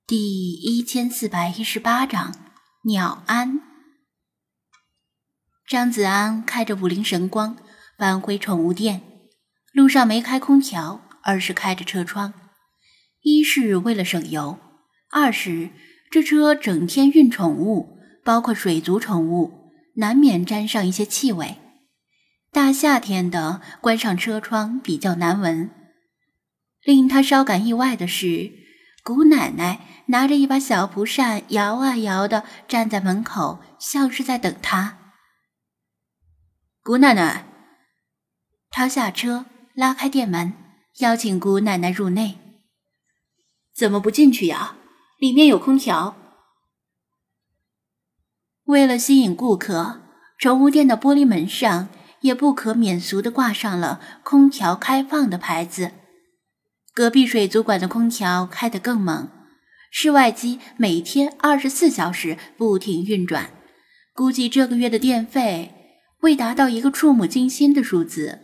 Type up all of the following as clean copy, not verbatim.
第1418章鸟安。张子安开着五菱神光返回宠物店，路上没开空调，而是开着车窗。一是为了省油，二是这车整天运宠物，包括水族宠物，难免沾上一些气味。大夏天的，关上车窗比较难闻。令他稍感意外的是，姑奶奶拿着一把小蒲扇摇啊摇的站在门口，像是在等他。姑奶奶，他下车拉开店门，邀请姑奶奶入内。怎么不进去呀？里面有空调。为了吸引顾客，宠物店的玻璃门上也不可免俗地挂上了空调开放的牌子。隔壁水族馆的空调开得更猛，室外机每天24小时不停运转，估计这个月的电费会达到一个触目惊心的数字。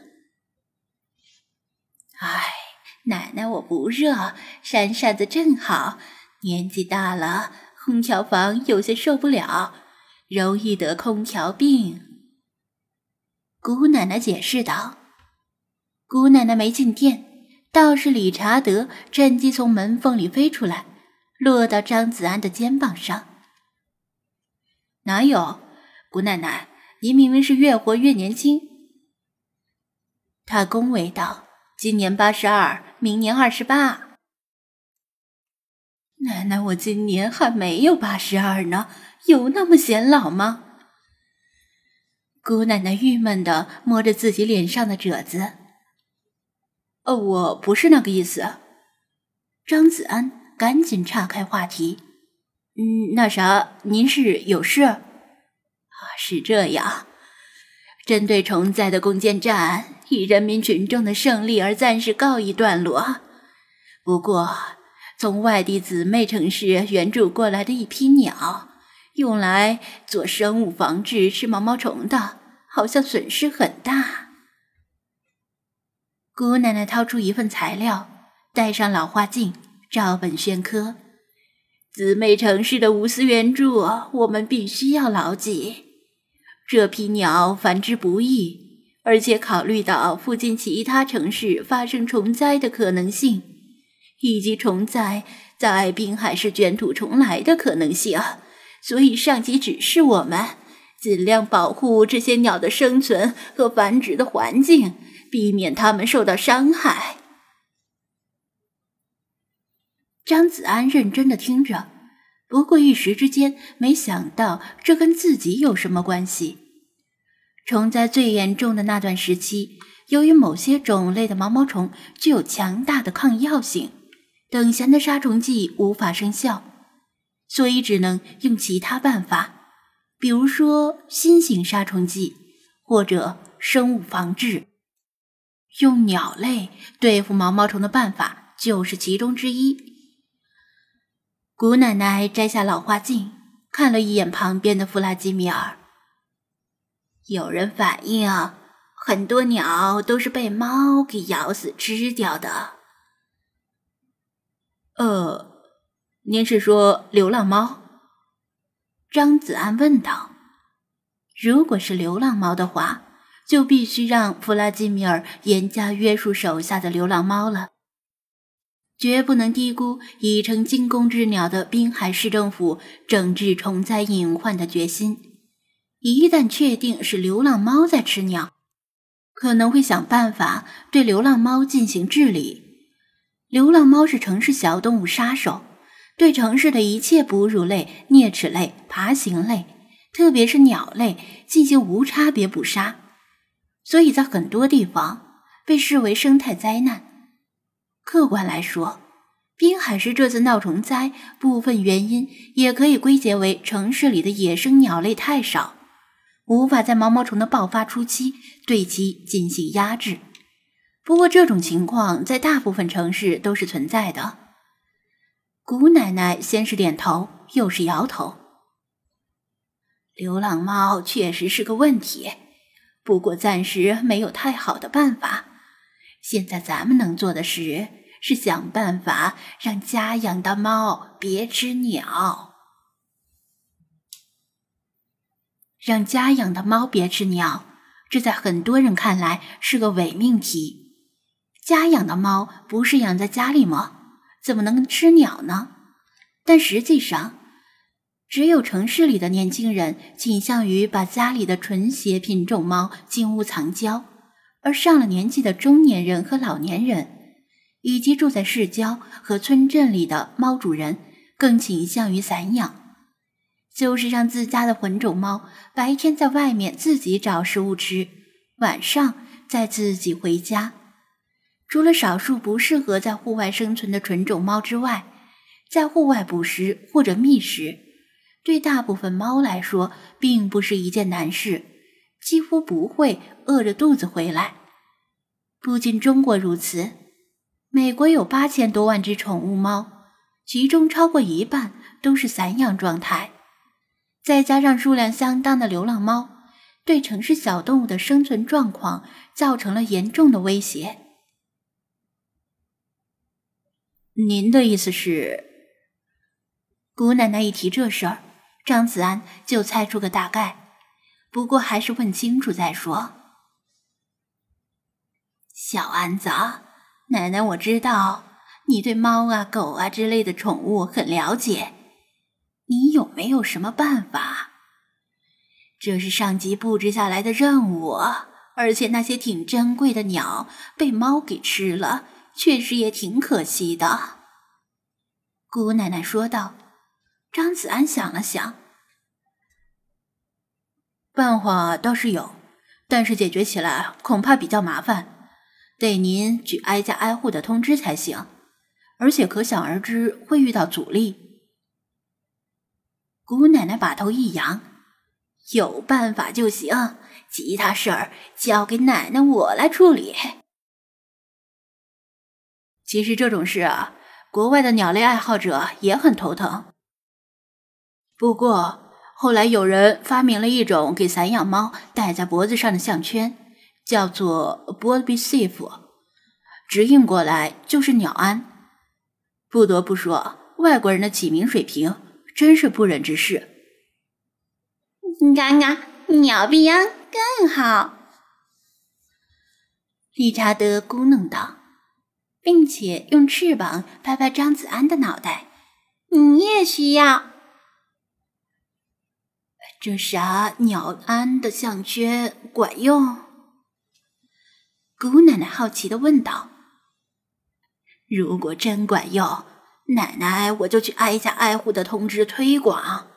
哎，奶奶我不热，扇扇子正好，年纪大了，空调房有些受不了，容易得空调病。姑奶奶解释道。姑奶奶没进店，倒是理查德趁机从门缝里飞出来，落到张子安的肩膀上。哪有，姑奶奶，您明明是越活越年轻。他恭维道，今年82，明年28。奶奶我今年还没有82呢，有那么显老吗？姑奶奶郁闷地摸着自己脸上的褶子。我不是那个意思。张子安赶紧岔开话题。那啥，您是有事？是这样，针对虫灾的攻坚战以人民群众的胜利而暂时告一段落。不过，从外地姊妹城市援助过来的一批鸟，用来做生物防治吃毛毛虫的，好像损失很大。姑奶奶掏出一份材料，戴上老花镜，照本宣科。姊妹城市的无私援助，我们必须要牢记。这批鸟繁殖不易，而且考虑到附近其他城市发生虫灾的可能性，以及虫灾在滨海市卷土重来的可能性，所以上级指示我们尽量保护这些鸟的生存和繁殖的环境，避免它们受到伤害。张子安认真地听着，不过一时之间没想到这跟自己有什么关系。虫灾最严重的那段时期，由于某些种类的毛毛虫具有强大的抗药性，等闲的杀虫剂无法生效，所以只能用其他办法，比如说新型杀虫剂或者生物防治。用鸟类对付毛毛虫的办法就是其中之一。姑奶奶摘下老花镜，看了一眼旁边的弗拉基米尔。有人反映很多鸟都是被猫给咬死吃掉的。您是说流浪猫？张子安问道。如果是流浪猫的话，就必须让弗拉基米尔严加约束手下的流浪猫了。绝不能低估已成惊弓之鸟的滨海市政府整治虫灾隐患的决心。一旦确定是流浪猫在吃鸟，可能会想办法对流浪猫进行治理。流浪猫是城市小动物杀手，对城市的一切哺乳类、啮齿类、爬行类，特别是鸟类进行无差别捕杀，所以在很多地方被视为生态灾难。客观来说，滨海市这次闹虫灾，部分原因也可以归结为城市里的野生鸟类太少，无法在毛毛虫的爆发初期对其进行压制。不过这种情况在大部分城市都是存在的。姑奶奶先是点头，又是摇头。流浪猫确实是个问题，不过暂时没有太好的办法。现在咱们能做的是是想办法让家养的猫别吃鸟。让家养的猫别吃鸟，这在很多人看来是个伪命题。家养的猫不是养在家里吗？怎么能吃鸟呢？但实际上，只有城市里的年轻人倾向于把家里的纯血品种猫进屋藏娇，而上了年纪的中年人和老年人，以及住在市郊和村镇里的猫主人更倾向于散养，就是让自家的混种猫白天在外面自己找食物吃，晚上再自己回家。除了少数不适合在户外生存的纯种猫之外，在户外捕食或者觅食，对大部分猫来说并不是一件难事，几乎不会饿着肚子回来。不仅中国如此，美国有8000多万只宠物猫，其中超过一半都是散养状态，再加上数量相当的流浪猫，对城市小动物的生存状况造成了严重的威胁。您的意思是？姑奶奶一提这事儿，张子安就猜出个大概，不过还是问清楚再说。小安子，奶奶我知道你对猫啊狗啊之类的宠物很了解，你有没有什么办法？这是上级布置下来的任务，而且那些挺珍贵的鸟被猫给吃了，确实也挺可惜的。姑奶奶说道。张子安想了想，办法倒是有，但是解决起来恐怕比较麻烦，得您去挨家挨户的通知才行，而且可想而知会遇到阻力。姑奶奶把头一扬，有办法就行，其他事儿交给奶奶我来处理。其实这种事啊，国外的鸟类爱好者也很头疼。不过后来有人发明了一种给散养猫戴在脖子上的项圈，叫做 Bobby Safe， 直译过来就是鸟安。不得不说，外国人的起名水平真是不忍直视。 嘎嘎，鸟必安更好。 理查德咕哝道，并且用翅膀拍拍张子安的脑袋。 你也需要。 这啥鸟安的项圈管用？姑奶奶好奇地问道。如果真管用，奶奶我就去挨家挨户的通知推广。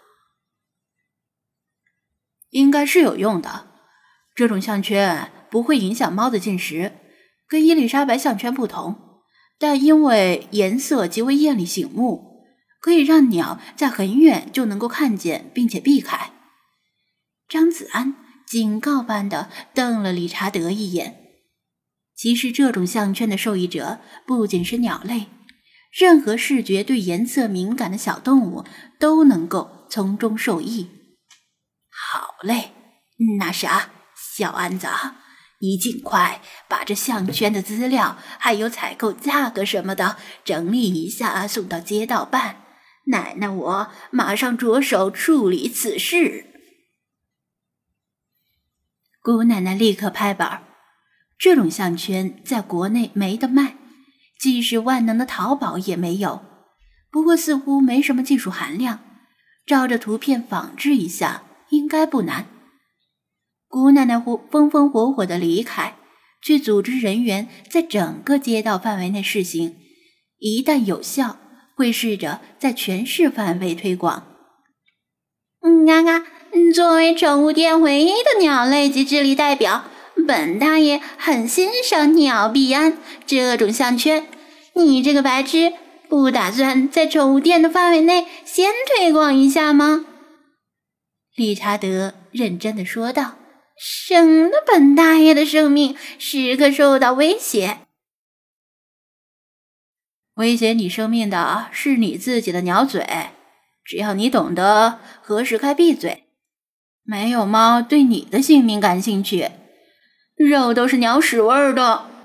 应该是有用的，这种项圈不会影响猫的进食，跟伊丽莎白项圈不同，但因为颜色极为艳丽醒目，可以让鸟在很远就能够看见并且避开。张子安警告般地瞪了理查德一眼。其实这种项圈的受益者不仅是鸟类，任何视觉对颜色敏感的小动物都能够从中受益。好嘞，那啥，小安子，你尽快把这项圈的资料还有采购价格什么的整理一下，送到街道办。奶奶我马上着手处理此事。姑奶奶立刻拍板，这种项圈在国内没得卖，即使万能的淘宝也没有，不过似乎没什么技术含量，照着图片仿制一下应该不难。姑奶奶风风火火地离开，去组织人员在整个街道范围内试行，一旦有效，会试着在全市范围推广。 嘎嘎，作为宠物店唯一的鸟类及智力代表，本大爷很欣赏鸟必安这种项圈。你这个白痴，不打算在宠物店的范围内先推广一下吗？ 理查德认真地说道， 省得本大爷的生命时刻受到威胁。 威胁你生命的是你自己的鸟嘴，只要你懂得何时该闭嘴。没有猫对你的性命感兴趣，肉都是鸟屎味儿的。